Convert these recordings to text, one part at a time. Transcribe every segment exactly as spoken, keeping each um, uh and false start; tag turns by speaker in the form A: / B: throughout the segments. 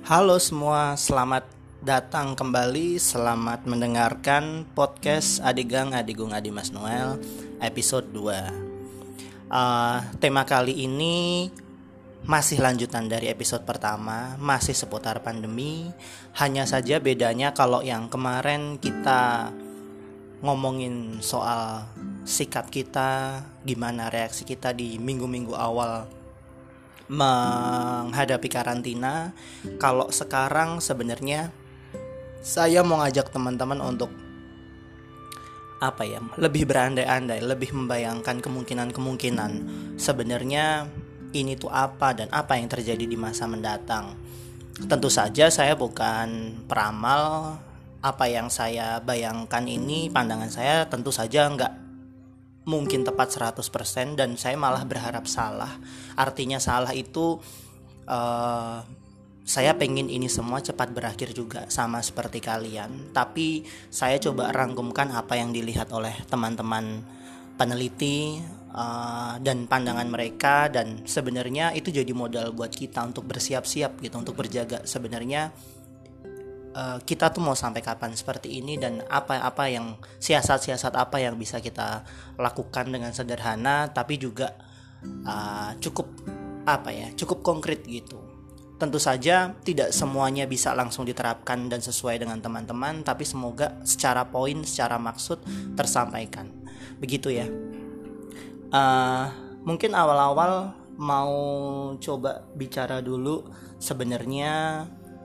A: Halo semua, selamat datang kembali, selamat mendengarkan podcast Adigang Adigung Adi Mas Noel episode dua. uh, Tema kali ini masih lanjutan dari episode pertama, masih seputar pandemi. Hanya saja bedanya kalau yang kemarin kita ngomongin soal sikap kita, gimana reaksi kita di minggu-minggu awal menghadapi karantina. Kalau sekarang sebenarnya saya mau ngajak teman-teman untuk apa ya, lebih berandai-andai, lebih membayangkan kemungkinan-kemungkinan sebenarnya ini tuh apa dan apa yang terjadi di masa mendatang. Tentu saja saya bukan peramal. Apa yang saya bayangkan ini, pandangan saya tentu saja nggak mungkin tepat seratus persen, dan saya malah berharap salah. Artinya salah itu uh, saya pengen ini semua cepat berakhir juga, sama seperti kalian. Tapi saya coba rangkumkan apa yang dilihat oleh teman-teman peneliti uh, dan pandangan mereka, dan sebenarnya itu jadi modal buat kita untuk bersiap-siap gitu, untuk berjaga. Sebenarnya Uh, kita tuh mau sampai kapan seperti ini, dan apa-apa yang siasat-siasat apa yang bisa kita lakukan dengan sederhana tapi juga uh, cukup apa ya cukup konkret gitu. Tentu saja tidak semuanya bisa langsung diterapkan dan sesuai dengan teman-teman, tapi semoga secara poin, secara maksud tersampaikan. Begitu ya. Uh, mungkin awal-awal mau coba bicara dulu sebenarnya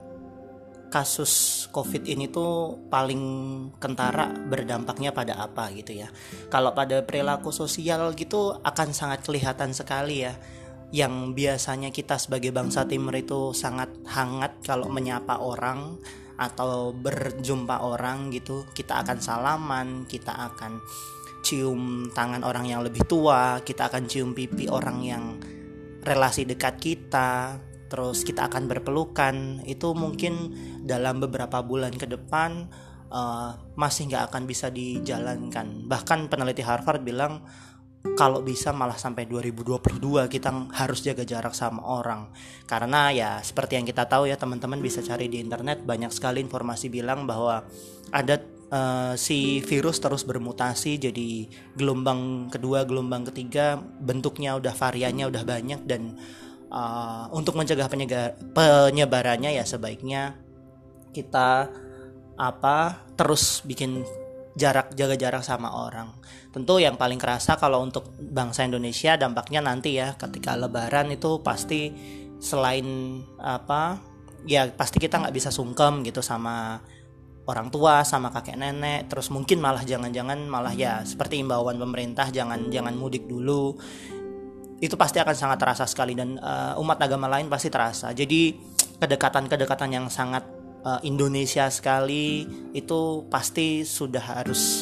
A: kasus COVID ini tuh paling kentara berdampaknya pada apa gitu ya. Kalau pada perilaku sosial gitu akan sangat kelihatan sekali ya. Yang biasanya kita sebagai bangsa timur itu sangat hangat kalau menyapa orang atau berjumpa orang gitu. Kita akan salaman, kita akan cium tangan orang yang lebih tua, kita akan cium pipi orang yang relasi dekat kita, terus kita akan berpelukan. Itu mungkin dalam beberapa bulan ke depan uh, masih gak akan bisa dijalankan. Bahkan peneliti Harvard bilang kalau bisa malah sampai dua ribu dua puluh dua kita harus jaga jarak sama orang. Karena ya seperti yang kita tahu ya, teman-teman bisa cari di internet, banyak sekali informasi bilang bahwa ada uh, si virus terus bermutasi jadi gelombang kedua, gelombang ketiga, bentuknya udah, variannya udah banyak. Dan Uh, untuk mencegah penyega- penyebarannya ya sebaiknya kita apa terus bikin jarak, jaga jarak sama orang. Tentu yang paling kerasa kalau untuk bangsa Indonesia dampaknya nanti ya ketika Lebaran itu pasti selain apa ya pasti kita nggak bisa sungkem gitu sama orang tua, sama kakek nenek. Terus mungkin malah jangan-jangan malah ya seperti imbauan pemerintah, jangan jangan mudik dulu. Itu pasti akan sangat terasa sekali, dan uh, umat agama lain pasti terasa. Jadi kedekatan-kedekatan yang sangat uh, Indonesia sekali itu pasti sudah harus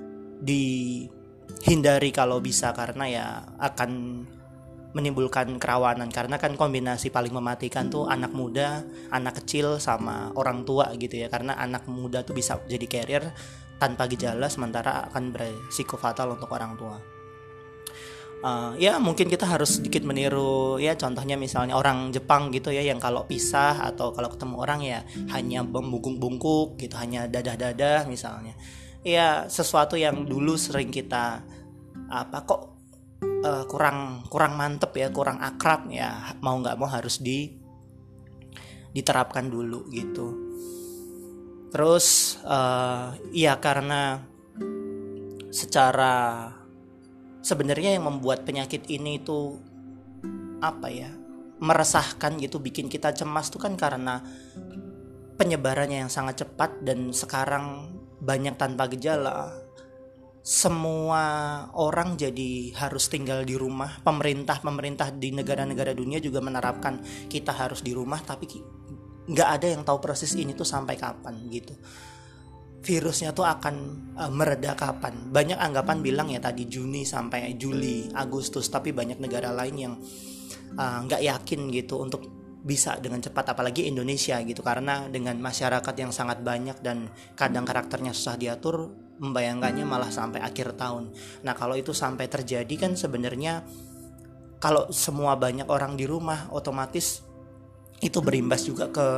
A: dihindari kalau bisa, karena ya akan menimbulkan kerawanan. Karena kan kombinasi paling mematikan tuh anak muda, anak kecil sama orang tua gitu ya. Karena anak muda tuh bisa jadi carrier tanpa gejala, sementara akan beresiko fatal untuk orang tua. Uh, ya mungkin kita harus sedikit meniru ya, contohnya misalnya orang Jepang gitu ya, yang kalau pisah atau kalau ketemu orang ya hanya membungkuk-bungkuk gitu, hanya dadah-dadah misalnya. Ya sesuatu yang dulu sering kita apa kok uh, kurang kurang mantep ya, kurang akrab ya, mau nggak mau harus di diterapkan dulu gitu. Terus uh, ya karena secara sebenarnya yang membuat penyakit ini itu apa ya meresahkan gitu, bikin kita cemas tuh kan karena penyebarannya yang sangat cepat, dan sekarang banyak tanpa gejala. Semua orang jadi harus tinggal di rumah. Pemerintah-pemerintah di negara-negara dunia juga menerapkan kita harus di rumah, tapi nggak ada yang tahu persis ini tuh sampai kapan gitu. Virusnya tuh akan uh, mereda kapan. Banyak anggapan bilang ya tadi Juni sampai Juli, Agustus, tapi banyak negara lain yang uh, gak yakin gitu untuk bisa dengan cepat, apalagi Indonesia gitu, karena dengan masyarakat yang sangat banyak dan kadang karakternya susah diatur, membayangkannya malah sampai akhir tahun. Nah kalau itu sampai terjadi kan sebenarnya kalau semua banyak orang di rumah, otomatis itu berimbas juga ke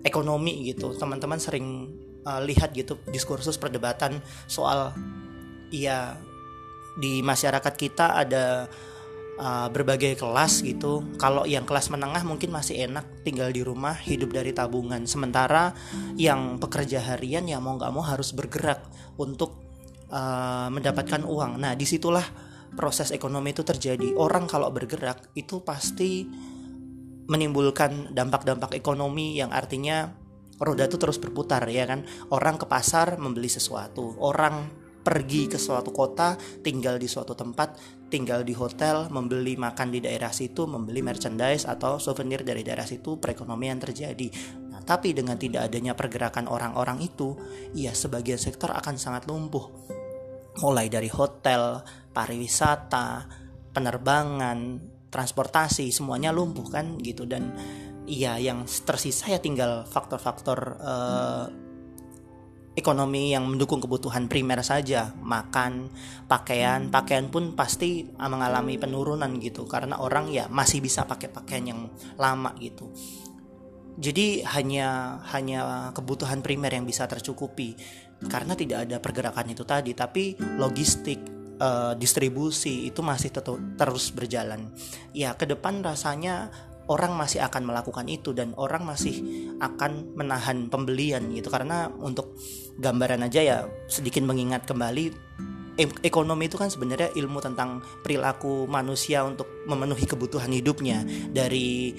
A: ekonomi gitu. Teman-teman sering uh, lihat gitu diskursus perdebatan soal ya di masyarakat kita ada uh, berbagai kelas gitu. Kalau yang kelas menengah mungkin masih enak tinggal di rumah hidup dari tabungan, sementara yang pekerja harian ya mau nggak mau harus bergerak untuk uh, mendapatkan uang. Nah disitulah proses ekonomi itu terjadi. Orang kalau bergerak itu pasti menimbulkan dampak-dampak ekonomi yang artinya roda itu terus berputar, ya kan. Orang ke pasar membeli sesuatu, orang pergi ke suatu kota, tinggal di suatu tempat, tinggal di hotel, membeli makan di daerah situ, membeli merchandise atau souvenir dari daerah situ, perekonomian terjadi. Nah, tapi dengan tidak adanya pergerakan orang-orang itu, ya sebagian sektor akan sangat lumpuh. Mulai dari hotel, pariwisata, penerbangan, transportasi, semuanya lumpuh kan gitu. Dan iya, yang tersisa ya tinggal faktor-faktor eh, ekonomi yang mendukung kebutuhan primer saja. Makan, pakaian, pakaian pun pasti mengalami penurunan gitu, karena orang ya masih bisa pakai pakaian yang lama gitu. Jadi hanya hanya kebutuhan primer yang bisa tercukupi karena tidak ada pergerakan itu tadi. Tapi logistik, uh, distribusi itu masih tetap terus berjalan. Ya ke depan rasanya orang masih akan melakukan itu dan orang masih akan menahan pembelian gitu. Karena untuk gambaran aja ya, sedikit mengingat kembali, ekonomi itu kan sebenarnya ilmu tentang perilaku manusia untuk memenuhi kebutuhan hidupnya, dari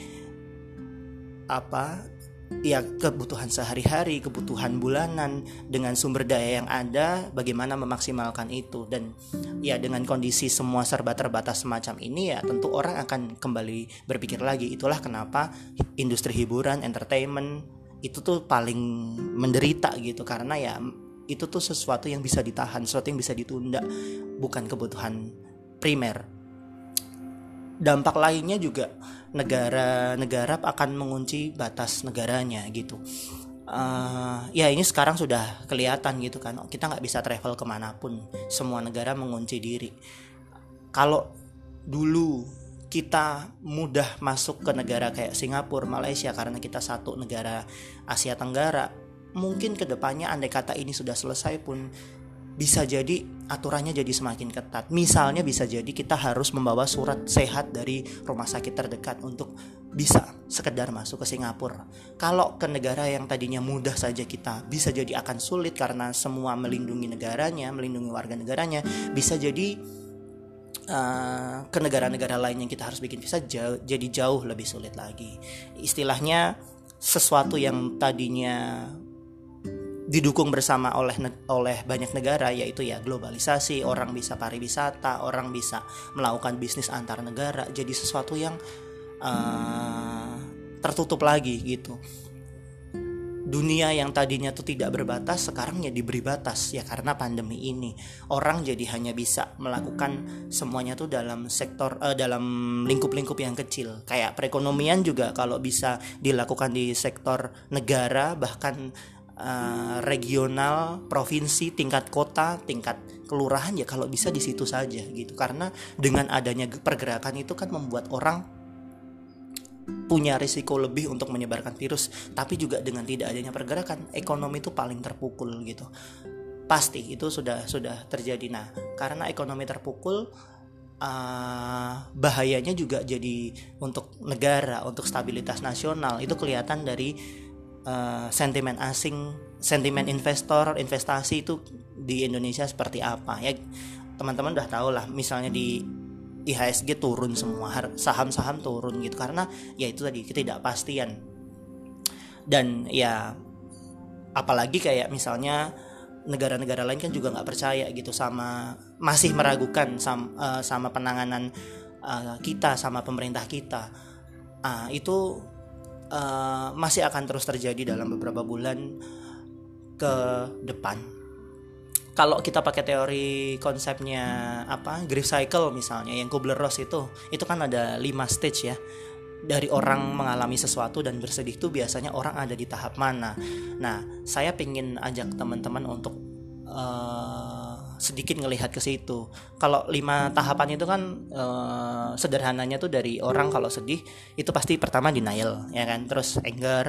A: apa ya, kebutuhan sehari-hari, kebutuhan bulanan, dengan sumber daya yang ada bagaimana memaksimalkan itu. Dan ya dengan kondisi semua serba terbatas semacam ini ya tentu orang akan kembali berpikir lagi. Itulah kenapa industri hiburan, entertainment itu tuh paling menderita gitu, karena ya itu tuh sesuatu yang bisa ditahan, sesuatu yang bisa ditunda, bukan kebutuhan primer. Dampak lainnya juga negara-negara akan mengunci batas negaranya gitu. Uh, ya ini sekarang sudah kelihatan gitu kan, kita nggak bisa travel kemanapun, semua negara mengunci diri. Kalau dulu kita mudah masuk ke negara kayak Singapura, Malaysia karena kita satu negara Asia Tenggara, mungkin kedepannya andai kata ini sudah selesai pun bisa jadi aturannya jadi semakin ketat. Misalnya bisa jadi kita harus membawa surat sehat dari rumah sakit terdekat untuk bisa sekedar masuk ke Singapura. Kalau ke negara yang tadinya mudah saja kita, bisa jadi akan sulit karena semua melindungi negaranya, melindungi warga negaranya. Bisa jadi uh, ke negara-negara lain yang kita harus bikin visa jauh, jadi jauh lebih sulit lagi. Istilahnya sesuatu yang tadinya didukung bersama oleh oleh banyak negara, yaitu ya globalisasi, orang bisa pariwisata, orang bisa melakukan bisnis antar negara, jadi sesuatu yang uh, tertutup lagi gitu. Dunia yang tadinya tuh tidak berbatas sekarang ya diberi batas ya karena pandemi ini. Orang jadi hanya bisa melakukan semuanya tuh dalam sektor uh, dalam lingkup-lingkup yang kecil. Kayak perekonomian juga kalau bisa dilakukan di sektor negara, bahkan Uh, regional, provinsi, tingkat kota, tingkat kelurahan, ya kalau bisa di situ saja gitu. Karena dengan adanya pergerakan itu kan membuat orang punya risiko lebih untuk menyebarkan virus. Tapi juga dengan tidak adanya pergerakan, ekonomi itu paling terpukul gitu. Pasti itu sudah sudah terjadi. Nah, karena ekonomi terpukul, uh, bahayanya juga jadi untuk negara, untuk stabilitas nasional. Itu kelihatan dari Uh, sentimen asing, sentimen investor, investasi itu di Indonesia seperti apa ya. Teman-teman udah tahu lah, misalnya di I H S G turun semua, saham-saham turun gitu karena ya itu tadi ketidakpastian. Dan ya apalagi kayak misalnya negara-negara lain kan juga nggak percaya gitu sama, masih meragukan sama, uh, sama penanganan uh, kita, sama pemerintah kita. Uh, itu Uh, masih akan terus terjadi dalam beberapa bulan ke depan. Kalau kita pakai teori konsepnya apa, grief cycle misalnya, yang Kubler-Ross itu, itu kan ada lima stage ya. Dari orang mengalami sesuatu dan bersedih itu biasanya orang ada di tahap mana. Nah, saya pengen ajak teman-teman untuk uh, sedikit ngelihat ke situ. Kalau lima tahapan itu kan uh, sederhananya tuh dari orang kalau sedih itu pasti pertama denial ya kan, terus anger,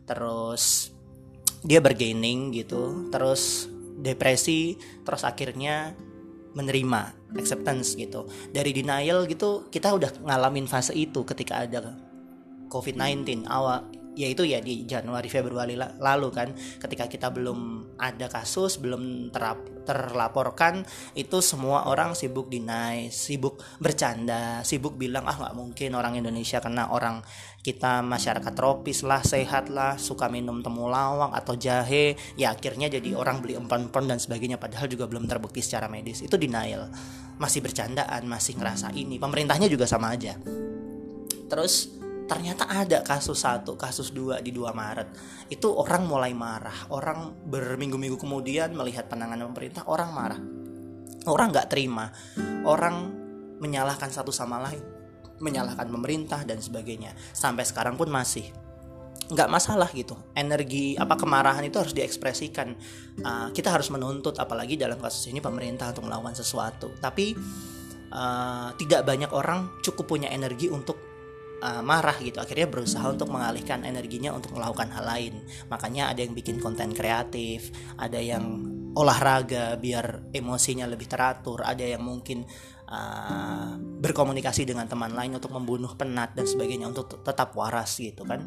A: terus dia bergaining gitu, terus depresi, terus akhirnya menerima, acceptance gitu. Dari denial gitu kita udah ngalamin fase itu ketika ada covid sembilan belas awal, yaitu ya di Januari Februari lalu kan, ketika kita belum ada kasus, belum terap, terlaporkan, itu semua orang sibuk deny, sibuk bercanda, sibuk bilang ah nggak mungkin orang Indonesia kena, orang kita masyarakat tropis lah, sehat lah, suka minum temulawak atau jahe, ya akhirnya jadi orang beli empon-empon dan sebagainya, padahal juga belum terbukti secara medis. Itu denial, masih bercandaan, masih ngerasa ini. Pemerintahnya juga sama aja. Terus ternyata ada kasus satu, kasus dua di dua Maret. Itu orang mulai marah. Orang berminggu-minggu kemudian melihat penanganan pemerintah, orang marah. Orang gak terima. Orang menyalahkan satu sama lain, menyalahkan pemerintah dan sebagainya. Sampai sekarang pun masih. Gak masalah gitu. Energi apa kemarahan itu harus diekspresikan. Uh, kita harus menuntut, apalagi dalam kasus ini pemerintah untuk melakukan sesuatu. Tapi uh, tidak banyak orang cukup punya energi untuk Uh, marah gitu, akhirnya berusaha untuk mengalihkan energinya untuk melakukan hal lain. Makanya ada yang bikin konten kreatif, ada yang olahraga biar emosinya lebih teratur, ada yang mungkin uh, berkomunikasi dengan teman lain untuk membunuh penat dan sebagainya untuk tetap waras gitu kan.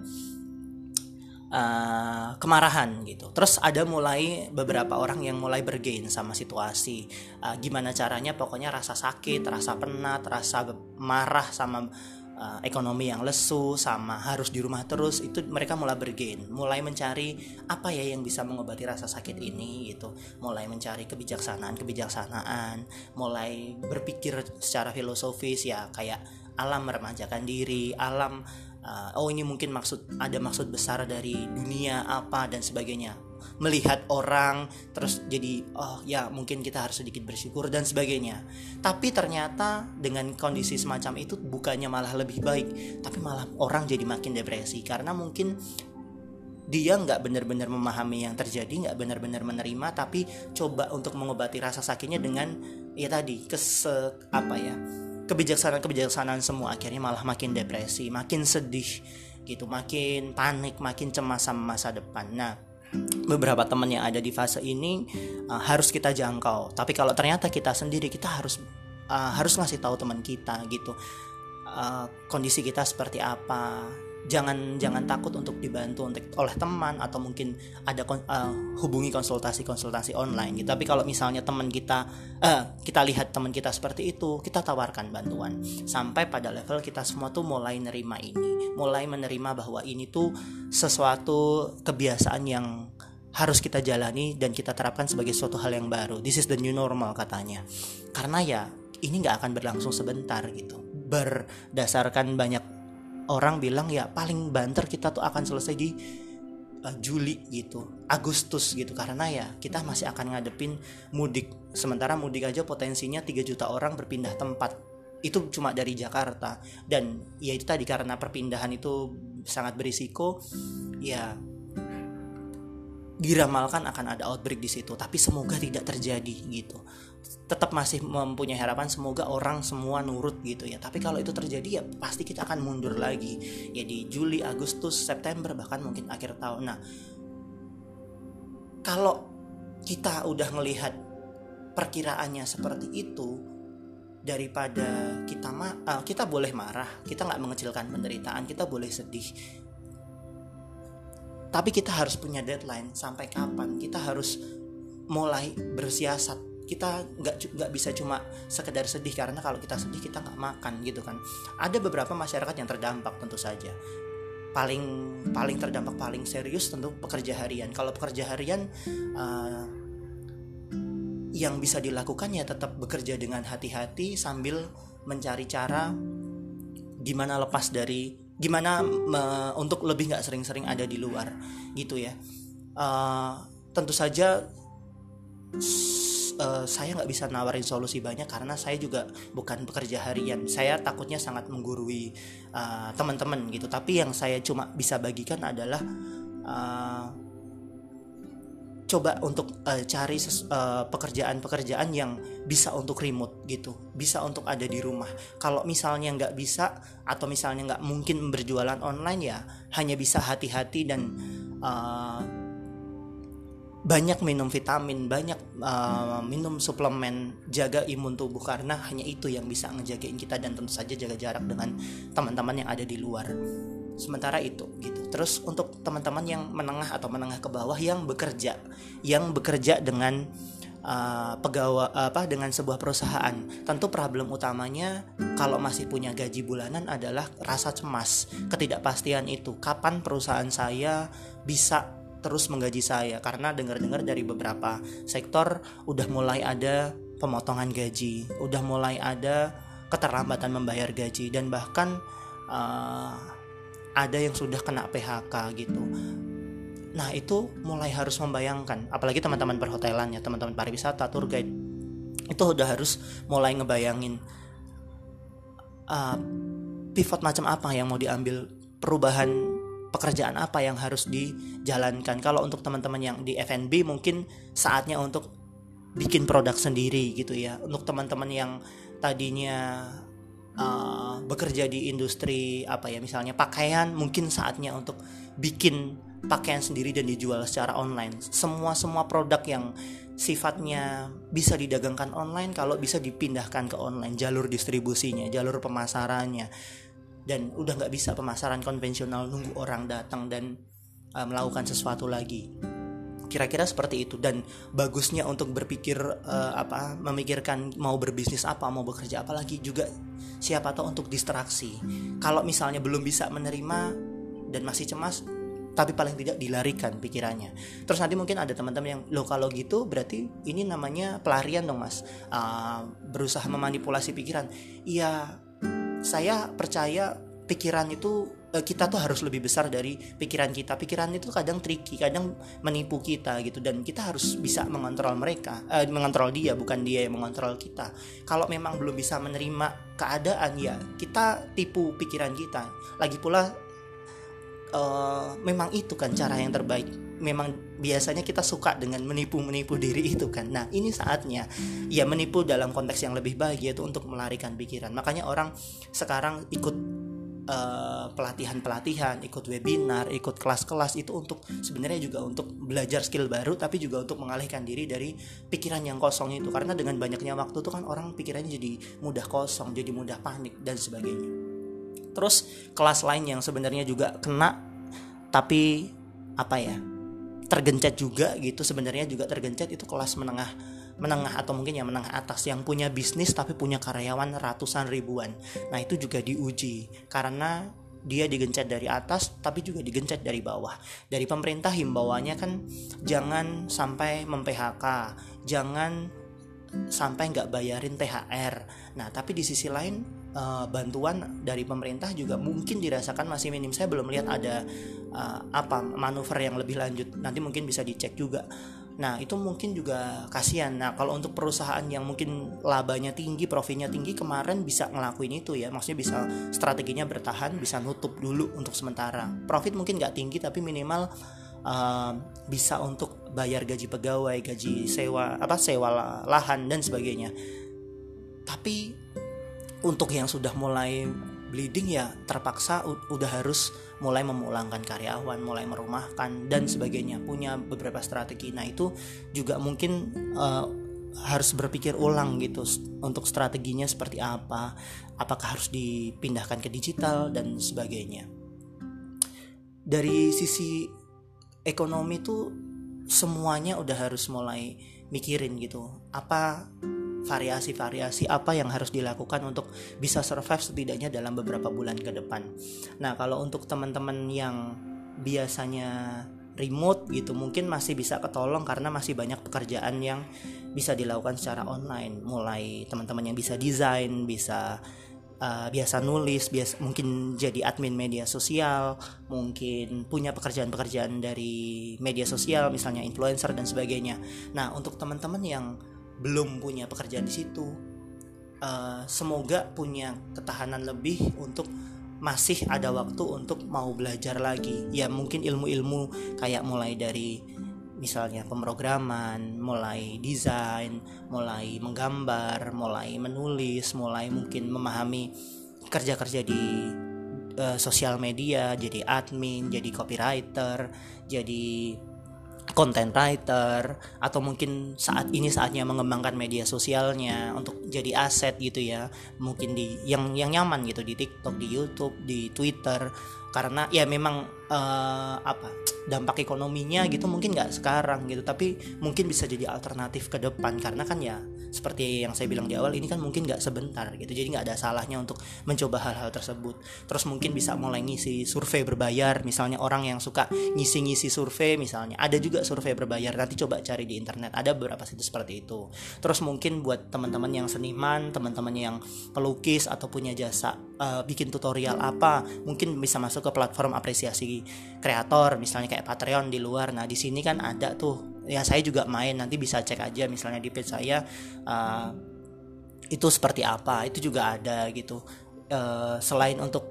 A: Uh, kemarahan gitu. Terus ada mulai beberapa orang yang mulai bergain sama situasi. Uh, gimana caranya, pokoknya rasa sakit, rasa penat, rasa marah sama Uh, ekonomi yang lesu, sama harus di rumah terus, itu mereka mulai bergain, mulai mencari apa ya yang bisa mengobati rasa sakit ini gitu, mulai mencari kebijaksanaan kebijaksanaan, mulai berpikir secara filosofis ya, kayak alam meremajakan diri, alam uh, oh ini mungkin maksud ada maksud besar dari dunia apa dan sebagainya, melihat orang terus jadi oh ya mungkin kita harus sedikit bersyukur dan sebagainya. Tapi ternyata dengan kondisi semacam itu bukannya malah lebih baik, tapi malah orang jadi makin depresi, karena mungkin dia nggak benar-benar memahami yang terjadi, nggak benar-benar menerima, tapi coba untuk mengobati rasa sakitnya dengan ya tadi kese apa ya kebijaksanaan-kebijaksanaan semua, akhirnya malah makin depresi, makin sedih gitu, makin panik, makin cemas sama masa depan. Nah, beberapa teman yang ada di fase ini uh, harus kita jangkau. Tapi kalau ternyata kita sendiri, kita harus uh, harus ngasih tahu teman kita gitu, uh, kondisi kita seperti apa. Jangan jangan takut untuk dibantu untuk oleh teman, atau mungkin ada uh, hubungi konsultasi-konsultasi online gitu. Tapi kalau misalnya teman kita uh, kita lihat teman kita seperti itu, kita tawarkan bantuan sampai pada level kita semua tuh mulai nerima ini, mulai menerima bahwa ini tuh sesuatu kebiasaan yang harus kita jalani dan kita terapkan sebagai suatu hal yang baru. This is the new normal katanya. Karena ya ini nggak akan berlangsung sebentar gitu. Berdasarkan banyak orang bilang ya paling banter kita tuh akan selesai di uh, Juli gitu, Agustus gitu, karena ya kita masih akan ngadepin mudik. Sementara mudik aja potensinya tiga juta orang berpindah tempat, itu cuma dari Jakarta. Dan ya itu tadi, karena perpindahan itu sangat berisiko, ya diramalkan akan ada outbreak di situ. Tapi semoga tidak terjadi gitu. Tetap masih mempunyai harapan semoga orang semua nurut gitu ya. Tapi kalau itu terjadi ya pasti kita akan mundur lagi ya di Juli, Agustus, September, bahkan mungkin akhir tahun. Nah, kalau kita udah ngelihat perkiraannya seperti itu, daripada kita ma- uh, kita boleh marah, kita nggak mengecilkan penderitaan, kita boleh sedih, tapi kita harus punya deadline sampai kapan. Kita harus mulai bersiasat. Kita nggak nggak bisa cuma sekedar sedih, karena kalau kita sedih kita nggak makan gitu kan. Ada beberapa masyarakat yang terdampak tentu saja. Paling paling terdampak paling serius tentu pekerja harian. Kalau pekerja harian uh, yang bisa dilakukan ya tetap bekerja dengan hati-hati sambil mencari cara gimana lepas dari gimana me, untuk lebih nggak sering-sering ada di luar gitu ya. Uh, tentu saja Uh, saya nggak bisa nawarin solusi banyak karena saya juga bukan pekerja harian. Saya takutnya sangat menggurui uh, teman-teman gitu. Tapi yang saya cuma bisa bagikan adalah uh, coba untuk uh, cari ses- uh, pekerjaan-pekerjaan yang bisa untuk remote gitu, bisa untuk ada di rumah. Kalau misalnya nggak bisa atau misalnya nggak mungkin berjualan online, ya hanya bisa hati-hati dan uh, banyak minum vitamin, banyak uh, minum suplemen, jaga imun tubuh, karena hanya itu yang bisa ngejagain kita, dan tentu saja jaga jarak dengan teman-teman yang ada di luar. Sementara itu gitu. Terus untuk teman-teman yang menengah atau menengah ke bawah yang bekerja, yang bekerja dengan uh, pegawai apa dengan sebuah perusahaan, tentu problem utamanya kalau masih punya gaji bulanan adalah rasa cemas, ketidakpastian itu. Kapan perusahaan saya bisa terus menggaji saya? Karena dengar-dengar dari beberapa sektor udah mulai ada pemotongan gaji, udah mulai ada keterlambatan membayar gaji, dan bahkan uh, ada yang sudah kena P H K gitu. Nah itu mulai harus membayangkan, apalagi teman-teman perhotelan ya, teman-teman pariwisata, tour guide, itu udah harus mulai ngebayangin uh, pivot macam apa yang mau diambil, perubahan pekerjaan apa yang harus dijalankan. Kalau untuk teman-teman yang di F and B mungkin saatnya untuk bikin produk sendiri gitu ya. Untuk teman-teman yang tadinya uh, bekerja di industri apa ya, misalnya pakaian, mungkin saatnya untuk bikin pakaian sendiri dan dijual secara online. Semua-semua produk yang sifatnya bisa didagangkan online, kalau bisa dipindahkan ke online, jalur distribusinya, jalur pemasarannya. Dan udah gak bisa pemasaran konvensional nunggu orang datang dan uh, melakukan sesuatu lagi. Kira-kira seperti itu. Dan bagusnya untuk berpikir uh, apa memikirkan mau berbisnis apa, mau bekerja apa lagi, juga siapa tahu untuk distraksi. Kalau misalnya belum bisa menerima dan masih cemas, tapi paling tidak dilarikan pikirannya. Terus nanti mungkin ada teman-teman yang, loh kalau gitu berarti ini namanya pelarian dong mas, uh, berusaha memanipulasi pikiran. Iya, saya percaya pikiran itu, kita tuh harus lebih besar dari pikiran kita. Pikiran itu kadang tricky, kadang menipu kita gitu, dan kita harus bisa mengontrol mereka, eh, mengontrol dia, bukan dia yang mengontrol kita. Kalau memang belum bisa menerima keadaan, ya kita tipu pikiran kita. Lagi pula uh, memang itu kan cara yang terbaik. Memang biasanya kita suka dengan menipu-menipu diri itu kan. Nah ini saatnya ya menipu dalam konteks yang lebih baik, yaitu untuk melarikan pikiran. Makanya orang sekarang ikut uh, pelatihan-pelatihan, ikut webinar, ikut kelas-kelas, itu untuk sebenarnya juga untuk belajar skill baru, tapi juga untuk mengalihkan diri dari pikiran yang kosong itu. Karena dengan banyaknya waktu tuh kan orang pikirannya jadi mudah kosong, jadi mudah panik dan sebagainya. Terus kelas lain yang sebenarnya juga kena, tapi apa ya, tergencet juga gitu, sebenarnya juga tergencet, itu kelas menengah menengah atau mungkin ya menengah atas, yang punya bisnis tapi punya karyawan ratusan ribuan. Nah itu juga diuji, karena dia digencet dari atas tapi juga digencet dari bawah. Dari pemerintah himbauannya kan jangan sampai mem-P H K, jangan sampai nggak bayarin T H R. Nah tapi di sisi lain Uh, bantuan dari pemerintah juga mungkin dirasakan masih minim. Saya belum lihat ada uh, apa manuver yang lebih lanjut. Nanti mungkin bisa dicek juga. Nah itu mungkin juga kasihan. Nah kalau untuk perusahaan yang mungkin labanya tinggi, profitnya tinggi, kemarin bisa ngelakuin itu ya. Maksudnya bisa strateginya bertahan, bisa nutup dulu untuk sementara. Profit mungkin nggak tinggi, tapi minimal uh, bisa untuk bayar gaji pegawai, gaji sewa apa sewa lahan dan sebagainya. Tapi untuk yang sudah mulai bleeding ya terpaksa u- udah harus mulai memulangkan karyawan, mulai merumahkan dan sebagainya, punya beberapa strategi. Nah itu juga mungkin uh, harus berpikir ulang gitu untuk strateginya seperti apa, apakah harus dipindahkan ke digital dan sebagainya. Dari sisi ekonomi tuh semuanya udah harus mulai mikirin gitu, apa variasi-variasi apa yang harus dilakukan untuk bisa survive setidaknya dalam beberapa bulan ke depan. Nah kalau untuk teman-teman yang biasanya remote gitu, mungkin masih bisa ketolong karena masih banyak pekerjaan yang bisa dilakukan secara online. Mulai teman-teman yang bisa desain, bisa uh, biasa nulis, biasa mungkin jadi admin media sosial, mungkin punya pekerjaan-pekerjaan dari media sosial, misalnya influencer dan sebagainya. Nah untuk teman-teman yang belum punya pekerjaan di situ, uh, semoga punya ketahanan lebih untuk masih ada waktu untuk mau belajar lagi. Ya mungkin ilmu-ilmu kayak mulai dari misalnya pemrograman, mulai desain, mulai menggambar, mulai menulis, mulai mungkin memahami kerja-kerja di uh, sosial media, jadi admin, jadi copywriter, jadi content writer, atau mungkin saat ini saatnya mengembangkan media sosialnya untuk jadi aset gitu ya, mungkin di yang yang nyaman gitu di TikTok, di YouTube, di Twitter, karena ya memang uh, apa dampak ekonominya gitu mungkin nggak sekarang gitu, tapi mungkin bisa jadi alternatif ke depan, karena kan ya seperti yang saya bilang di awal, ini kan mungkin nggak sebentar gitu, jadi nggak ada salahnya untuk mencoba hal-hal tersebut. Terus mungkin bisa mulai ngisi survei berbayar, misalnya orang yang suka ngisi-ngisi survei misalnya, ada juga survei berbayar, nanti coba cari di internet, ada beberapa situs seperti itu. Terus mungkin buat teman-teman yang seniman, teman-teman yang pelukis atau punya jasa uh, bikin tutorial apa, mungkin bisa masuk ke platform apresiasi kreator, misalnya kayak Patreon di luar. Nah di sini kan ada tuh, ya saya juga main, nanti bisa cek aja misalnya di page saya uh, itu seperti apa, itu juga ada gitu. Uh, selain untuk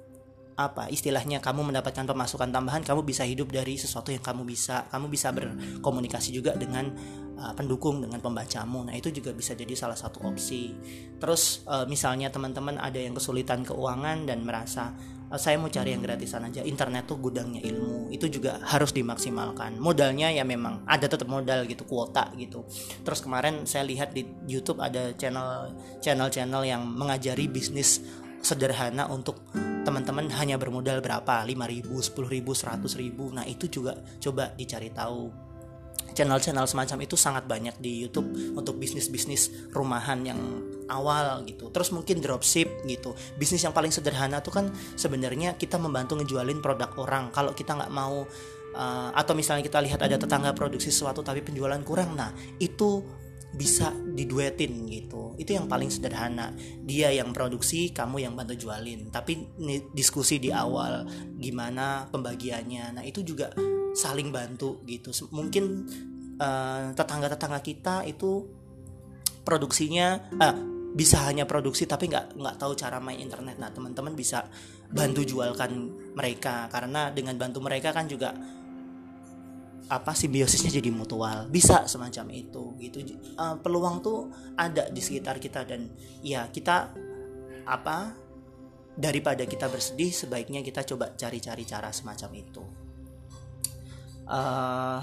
A: apa istilahnya kamu mendapatkan pemasukan tambahan, kamu bisa hidup dari sesuatu yang kamu bisa, kamu bisa berkomunikasi juga dengan uh, pendukung, dengan pembacamu. Nah itu juga bisa jadi salah satu opsi. Terus uh, misalnya teman-teman ada yang kesulitan keuangan dan merasa uh, saya mau cari yang gratisan aja, internet tuh gudangnya ilmu, itu juga harus dimaksimalkan. Modalnya ya memang ada tetap modal gitu, kuota gitu. Terus kemarin saya lihat di YouTube ada channel channel-channel yang mengajari bisnis sederhana untuk teman-teman hanya bermodal berapa, lima ribu, sepuluh ribu, seratus ribu. Nah itu juga coba dicari tahu. Channel-channel semacam itu sangat banyak di YouTube untuk bisnis-bisnis rumahan yang awal gitu. Terus mungkin dropship gitu, bisnis yang paling sederhana tuh kan sebenarnya kita membantu ngejualin produk orang. Kalau kita nggak mau uh, atau misalnya kita lihat ada tetangga produksi sesuatu tapi penjualan kurang, nah itu bisa diduetin gitu. Itu yang paling sederhana, dia yang produksi, kamu yang bantu jualin, tapi diskusi di awal gimana pembagiannya. Nah itu juga saling bantu gitu. Mungkin uh, tetangga-tetangga kita itu produksinya uh, bisa hanya produksi tapi nggak nggak tahu cara main internet. Nah teman-teman bisa bantu jualkan mereka, karena dengan bantu mereka kan juga apa simbiosisnya jadi mutual, bisa semacam itu gitu. Uh, peluang tuh ada di sekitar kita, dan ya kita apa daripada kita bersedih, sebaiknya kita coba cari-cari cara semacam itu. Uh,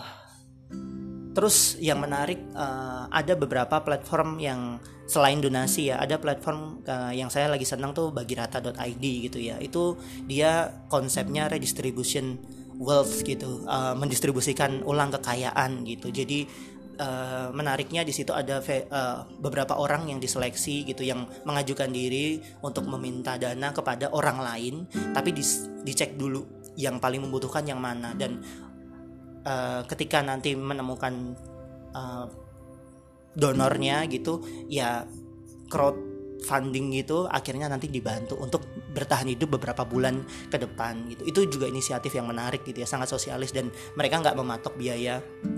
A: terus yang menarik uh, ada beberapa platform yang selain donasi ya, ada platform uh, yang saya lagi senang tuh bagirata dot i d gitu ya. Itu dia konsepnya redistribution wealth gitu, uh, mendistribusikan ulang kekayaan gitu. Jadi uh, menariknya di situ ada ve- uh, beberapa orang yang diseleksi gitu, yang mengajukan diri untuk meminta dana kepada orang lain, tapi di- dicek dulu yang paling membutuhkan yang mana, dan uh, ketika nanti menemukan uh, donornya gitu ya, crowdfunding gitu, akhirnya nanti dibantu untuk bertahan hidup beberapa bulan ke depan gitu. Itu juga inisiatif yang menarik gitu ya, sangat sosialis, dan mereka nggak mematok biaya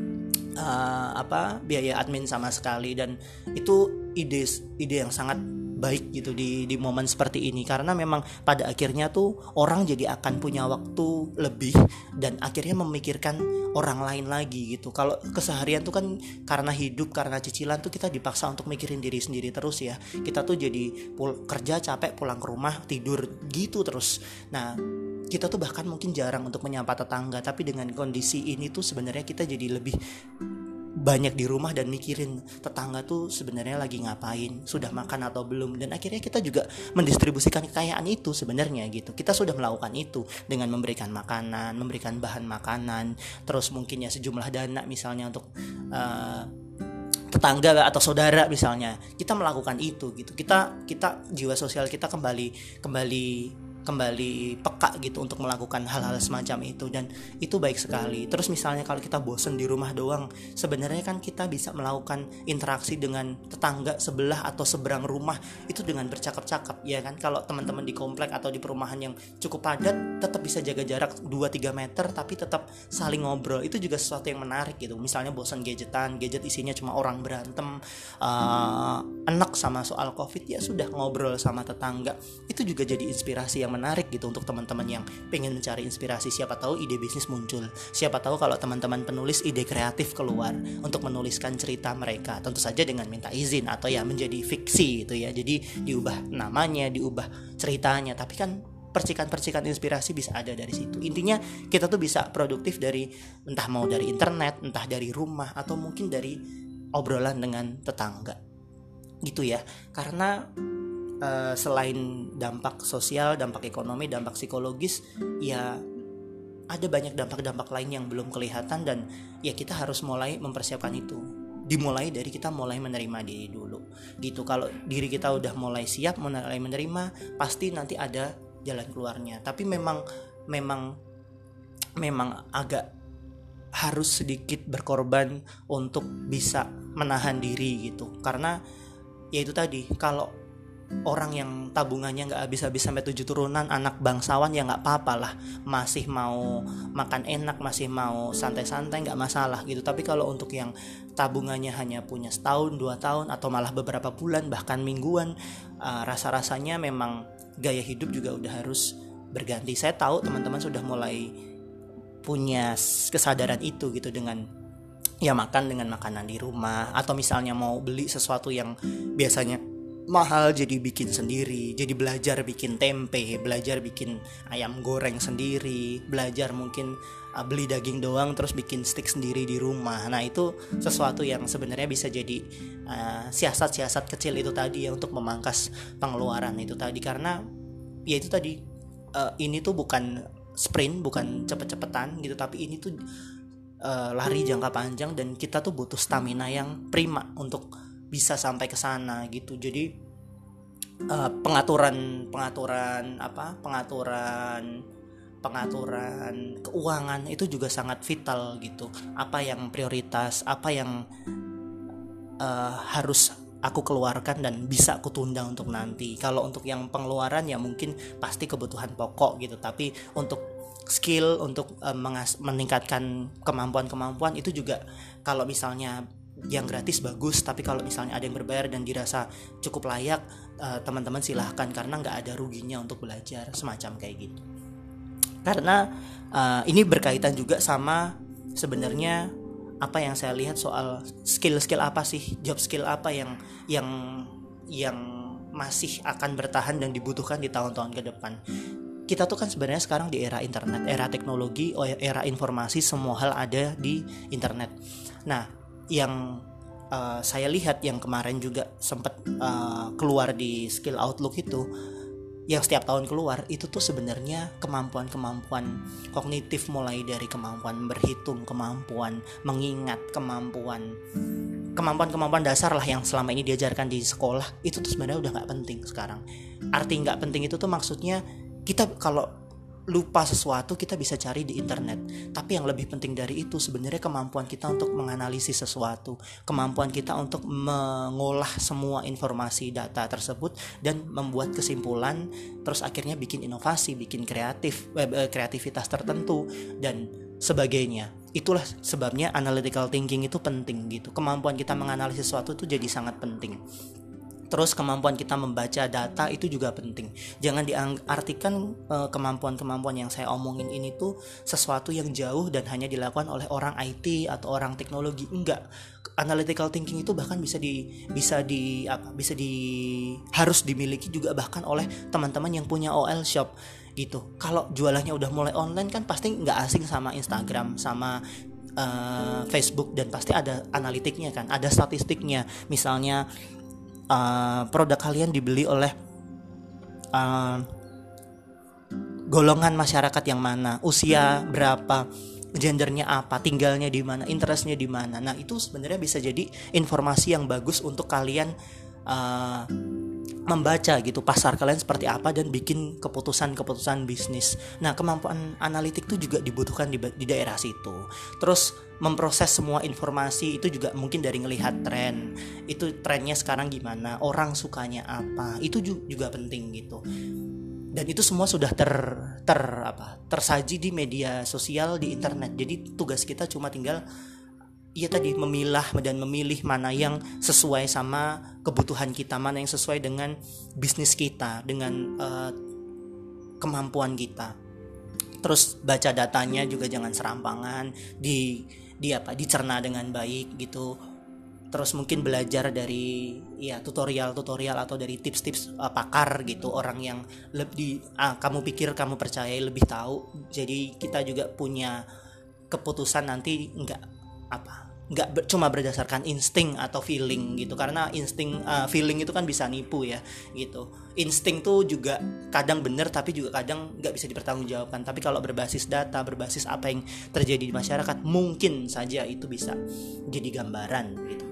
A: uh, apa biaya admin sama sekali, dan itu ide ide yang sangat baik gitu di di momen seperti ini, karena memang pada akhirnya tuh orang jadi akan punya waktu lebih dan akhirnya memikirkan orang lain lagi gitu. Kalau keseharian tuh kan karena hidup, karena cicilan tuh kita dipaksa untuk mikirin diri sendiri terus ya. Kita tuh jadi pul- kerja capek, pulang ke rumah tidur gitu terus. Nah kita tuh bahkan mungkin jarang untuk menyapa tetangga, tapi dengan kondisi ini tuh sebenarnya kita jadi lebih banyak di rumah dan mikirin tetangga tuh sebenarnya lagi ngapain, sudah makan atau belum, dan akhirnya kita juga mendistribusikan kekayaan itu sebenarnya gitu. Kita sudah melakukan itu dengan memberikan makanan, memberikan bahan makanan, terus mungkin ya sejumlah dana misalnya untuk uh, tetangga atau saudara misalnya. Kita melakukan itu gitu. Kita kita jiwa sosial kita kembali kembali kembali peka gitu untuk melakukan hal-hal semacam itu, dan itu baik sekali. Terus misalnya kalau kita bosen di rumah doang, sebenarnya kan kita bisa melakukan interaksi dengan tetangga sebelah atau seberang rumah itu dengan bercakap-cakap ya kan. Kalau teman-teman di komplek atau di perumahan yang cukup padat, tetap bisa jaga jarak dua tiga meter tapi tetap saling ngobrol. Itu juga sesuatu yang menarik gitu. Misalnya bosan gadgetan, gadget isinya cuma orang berantem, uh, enak sama soal covid, ya sudah ngobrol sama tetangga. Itu juga jadi inspirasi yang menarik gitu untuk teman-teman yang pengen mencari inspirasi. Siapa tahu ide bisnis muncul, siapa tahu kalau teman-teman penulis ide kreatif keluar untuk menuliskan cerita mereka, tentu saja dengan minta izin atau ya menjadi fiksi gitu ya, jadi diubah namanya, diubah ceritanya, tapi kan percikan-percikan inspirasi bisa ada dari situ. Intinya kita tuh bisa produktif dari entah mau dari internet, entah dari rumah, atau mungkin dari obrolan dengan tetangga gitu ya. Karena uh, selain dampak sosial, dampak ekonomi, dampak psikologis, ya ada banyak dampak-dampak lain yang belum kelihatan, dan ya kita harus mulai mempersiapkan itu. Dimulai dari kita mulai menerima diri dulu gitu. Kalau diri kita udah mulai siap, mulai menerima, pasti nanti ada jalan keluarnya. Tapi memang memang memang agak harus sedikit berkorban untuk bisa menahan diri gitu. Karena ya itu tadi, kalau orang yang tabungannya nggak habis-habis sampai tujuh turunan, anak bangsawan, ya nggak apa-apa lah, masih mau makan enak, masih mau santai-santai, nggak masalah gitu. Tapi kalau untuk yang tabungannya hanya punya setahun, dua tahun, atau malah beberapa bulan, bahkan mingguan, uh, rasa-rasanya memang gaya hidup juga udah harus berganti. Saya tahu teman-teman sudah mulai punya kesadaran itu gitu, dengan ya makan dengan makanan di rumah, atau misalnya mau beli sesuatu yang biasanya mahal jadi bikin sendiri, jadi belajar bikin tempe, belajar bikin ayam goreng sendiri, belajar mungkin uh, beli daging doang terus bikin steak sendiri di rumah. Nah itu sesuatu yang sebenarnya bisa jadi uh, siasat-siasat kecil itu tadi ya, untuk memangkas pengeluaran itu tadi. Karena ya itu tadi, uh, ini tuh bukan sprint, bukan cepet-cepetan gitu, tapi ini tuh uh, lari jangka panjang, dan kita tuh butuh stamina yang prima untuk bisa sampai ke sana gitu. Jadi uh, pengaturan pengaturan apa pengaturan pengaturan keuangan itu juga sangat vital gitu. Apa yang prioritas, apa yang uh, harus aku keluarkan dan bisa aku tunda untuk nanti. Kalau untuk yang pengeluaran ya mungkin pasti kebutuhan pokok gitu, tapi untuk skill, untuk uh, mengas- meningkatkan kemampuan-kemampuan itu juga, kalau misalnya yang gratis bagus, tapi kalau misalnya ada yang berbayar dan dirasa cukup layak, uh, teman-teman silahkan, karena nggak ada ruginya untuk belajar semacam kayak gitu. Karena uh, ini berkaitan juga sama sebenarnya apa yang saya lihat soal skill-skill apa sih, job skill apa yang yang yang masih akan bertahan dan dibutuhkan di tahun-tahun ke depan. Kita tuh kan sebenarnya sekarang di era internet, era teknologi, era informasi, semua hal ada di internet. Nah, yang uh, saya lihat yang kemarin juga sempat uh, keluar di Skill Outlook itu, yang setiap tahun keluar itu tuh sebenarnya kemampuan-kemampuan kognitif, mulai dari kemampuan berhitung, kemampuan mengingat, kemampuan kemampuan-kemampuan dasar lah yang selama ini diajarkan di sekolah, itu tuh sebenarnya udah nggak penting sekarang. Arti nggak penting itu tuh maksudnya, kita kalau lupa sesuatu kita bisa cari di internet, tapi yang lebih penting dari itu sebenarnya kemampuan kita untuk menganalisis sesuatu, kemampuan kita untuk mengolah semua informasi data tersebut dan membuat kesimpulan, terus akhirnya bikin inovasi, bikin kreatif, eh, kreativitas tertentu dan sebagainya. Itulah sebabnya analytical thinking itu penting gitu. Kemampuan kita menganalisis sesuatu itu jadi sangat penting. Terus kemampuan kita membaca data itu juga penting. Jangan diartikan uh, kemampuan-kemampuan yang saya omongin ini tuh sesuatu yang jauh dan hanya dilakukan oleh orang I T atau orang teknologi. Enggak. Analytical thinking itu bahkan bisa di bisa di apa? Bisa di harus dimiliki juga bahkan oleh teman-teman yang punya O L shop gitu. Kalau jualannya udah mulai online kan pasti nggak asing sama Instagram, sama uh, Facebook, dan pasti ada analitiknya kan, ada statistiknya. Misalnya Uh, produk kalian dibeli oleh uh, golongan masyarakat yang mana, usia berapa, gendernya apa, tinggalnya di mana, interestnya di mana. Nah itu sebenarnya bisa jadi informasi yang bagus untuk kalian uh, membaca gitu pasar kalian seperti apa dan bikin keputusan-keputusan bisnis. Nah kemampuan analitik itu juga dibutuhkan di, di daerah situ. Terus memproses semua informasi itu juga mungkin dari ngelihat tren, itu trennya sekarang gimana, orang sukanya apa, itu juga penting gitu. Dan itu semua sudah ter ter apa tersaji di media sosial, di internet. Jadi tugas kita cuma tinggal ya tadi memilah dan memilih mana yang sesuai sama kebutuhan kita, mana yang sesuai dengan bisnis kita, dengan uh, kemampuan kita. Terus baca datanya juga jangan serampangan, di di apa dicerna dengan baik gitu. terus mungkin belajar dari ya tutorial-tutorial atau dari tips-tips uh, pakar gitu, orang yang lebih ah, kamu pikir kamu percayai lebih tahu. Jadi kita juga punya keputusan nanti nggak apa nggak ber, cuma berdasarkan insting atau feeling gitu, karena insting uh, feeling itu kan bisa nipu ya gitu. Insting tuh juga kadang benar tapi juga kadang nggak bisa dipertanggungjawabkan. Tapi kalau berbasis data, berbasis apa yang terjadi di masyarakat, mungkin saja itu bisa jadi gambaran gitu.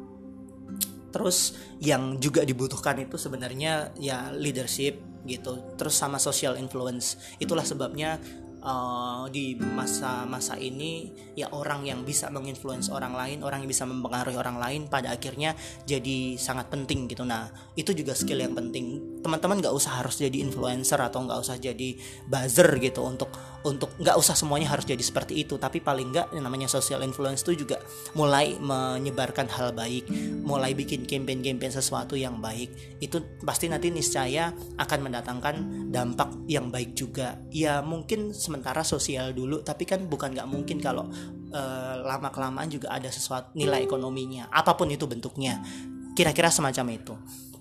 A: Terus yang juga dibutuhkan itu sebenarnya ya leadership gitu, terus sama social influence. Itulah sebabnya uh, di masa-masa ini ya orang yang bisa menginfluence orang lain, orang yang bisa mempengaruhi orang lain pada akhirnya jadi sangat penting gitu. Nah itu juga skill yang penting. Teman-teman nggak usah harus jadi influencer atau nggak usah jadi buzzer gitu, untuk untuk nggak usah semuanya harus jadi seperti itu, tapi paling nggak yang namanya social influence itu juga mulai menyebarkan hal baik, mulai bikin campaign-campaign sesuatu yang baik, itu pasti nanti niscaya akan mendatangkan dampak yang baik juga. Ya mungkin sementara sosial dulu, tapi kan bukan nggak mungkin kalau uh, lama-kelamaan juga ada sesuatu nilai ekonominya, apapun itu bentuknya, kira-kira semacam itu.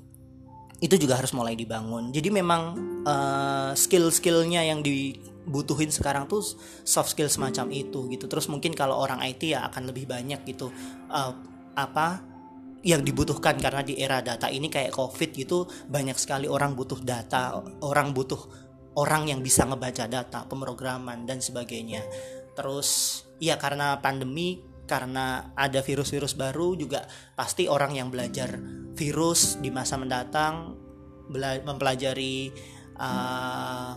A: Itu juga harus mulai dibangun. Jadi memang uh, skill-skillnya yang dibutuhin sekarang tuh soft skill semacam itu gitu. Terus mungkin kalau orang I T ya akan lebih banyak gitu uh, apa yang dibutuhkan, karena di era data ini kayak COVID gitu, banyak sekali orang butuh data, orang butuh orang yang bisa ngebaca data, pemrograman dan sebagainya. Terus ya karena pandemi, karena ada virus-virus baru juga, pasti orang yang belajar virus di masa mendatang, bela- mempelajari uh,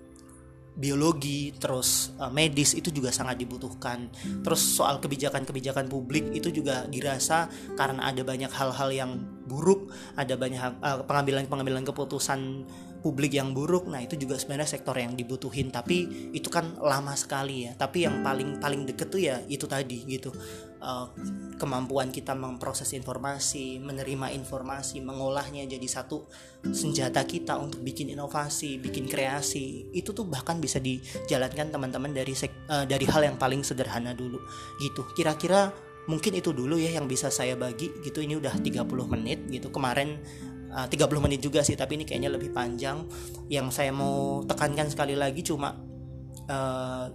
A: biologi, terus uh, medis itu juga sangat dibutuhkan. Terus soal kebijakan-kebijakan publik itu juga dirasa karena ada banyak hal-hal yang buruk, ada banyak uh, pengambilan-pengambilan keputusan publik yang buruk. Nah itu juga sebenarnya sektor yang dibutuhin, tapi itu kan lama sekali ya. Tapi yang paling paling deket tuh ya itu tadi gitu, uh, kemampuan kita memproses informasi, menerima informasi, mengolahnya jadi satu senjata kita untuk bikin inovasi, bikin kreasi. Itu tuh bahkan bisa dijalankan teman-teman dari sek- uh, dari hal yang paling sederhana dulu gitu. Kira-kira mungkin itu dulu ya yang bisa saya bagi gitu. Ini udah tiga puluh menit gitu. Kemarin Uh, tiga puluh menit juga sih, tapi ini kayaknya lebih panjang. Yang saya mau tekankan sekali lagi cuma uh,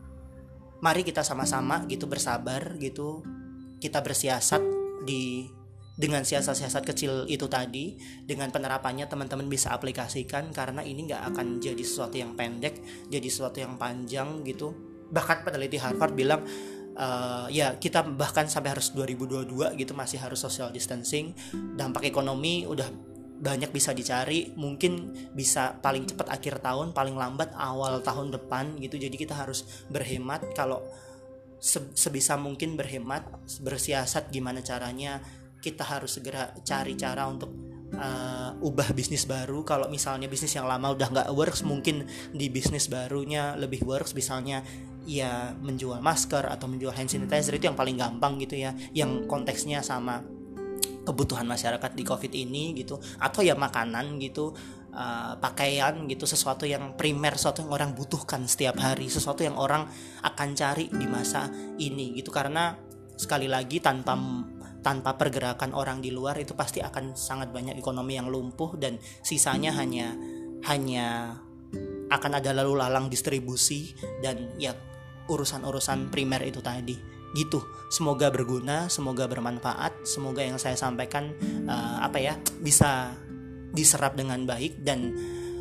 A: mari kita sama-sama gitu bersabar gitu, kita bersiasat di dengan siasat-siasat kecil itu tadi, dengan penerapannya teman-teman bisa aplikasikan, karena ini nggak akan jadi sesuatu yang pendek, jadi sesuatu yang panjang gitu. Bahkan peneliti Harvard bilang Uh, ya kita bahkan sampai harus dua ribu dua puluh dua gitu masih harus social distancing. Dampak ekonomi udah banyak bisa dicari, mungkin bisa paling cepat akhir tahun, paling lambat awal tahun depan gitu. Jadi kita harus berhemat, kalau se- sebisa mungkin berhemat, bersiasat gimana caranya. Kita harus segera cari cara untuk uh, ubah bisnis baru. Kalau misalnya bisnis yang lama udah nggak works, mungkin di bisnis barunya lebih works. Misalnya ya menjual masker atau menjual hand sanitizer, itu yang paling gampang gitu ya, yang konteksnya sama kebutuhan masyarakat di COVID ini gitu. Atau ya makanan gitu, uh, pakaian gitu, sesuatu yang primer, sesuatu yang orang butuhkan setiap hari, sesuatu yang orang akan cari di masa ini gitu. Karena sekali lagi tanpa tanpa pergerakan orang di luar itu pasti akan sangat banyak ekonomi yang lumpuh, dan sisanya hanya hanya akan ada lalu lalang distribusi dan ya urusan-urusan primer itu tadi gitu. Semoga berguna, semoga bermanfaat, semoga yang saya sampaikan uh, apa ya bisa diserap dengan baik, dan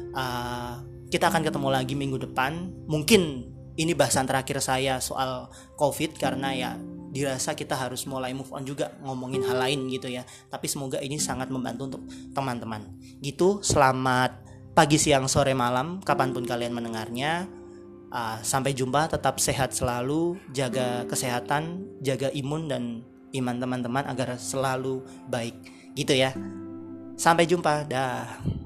A: uh, kita akan ketemu lagi minggu depan. Mungkin ini bahasan terakhir saya soal COVID, karena ya dirasa kita harus mulai move on juga, ngomongin hal lain gitu ya. Tapi semoga ini sangat membantu untuk teman-teman gitu. Selamat pagi, siang, sore, malam, kapanpun kalian mendengarnya. Uh, sampai jumpa, tetap sehat selalu, jaga kesehatan, jaga imun dan iman teman-teman agar selalu baik gitu ya. Sampai jumpa, dah.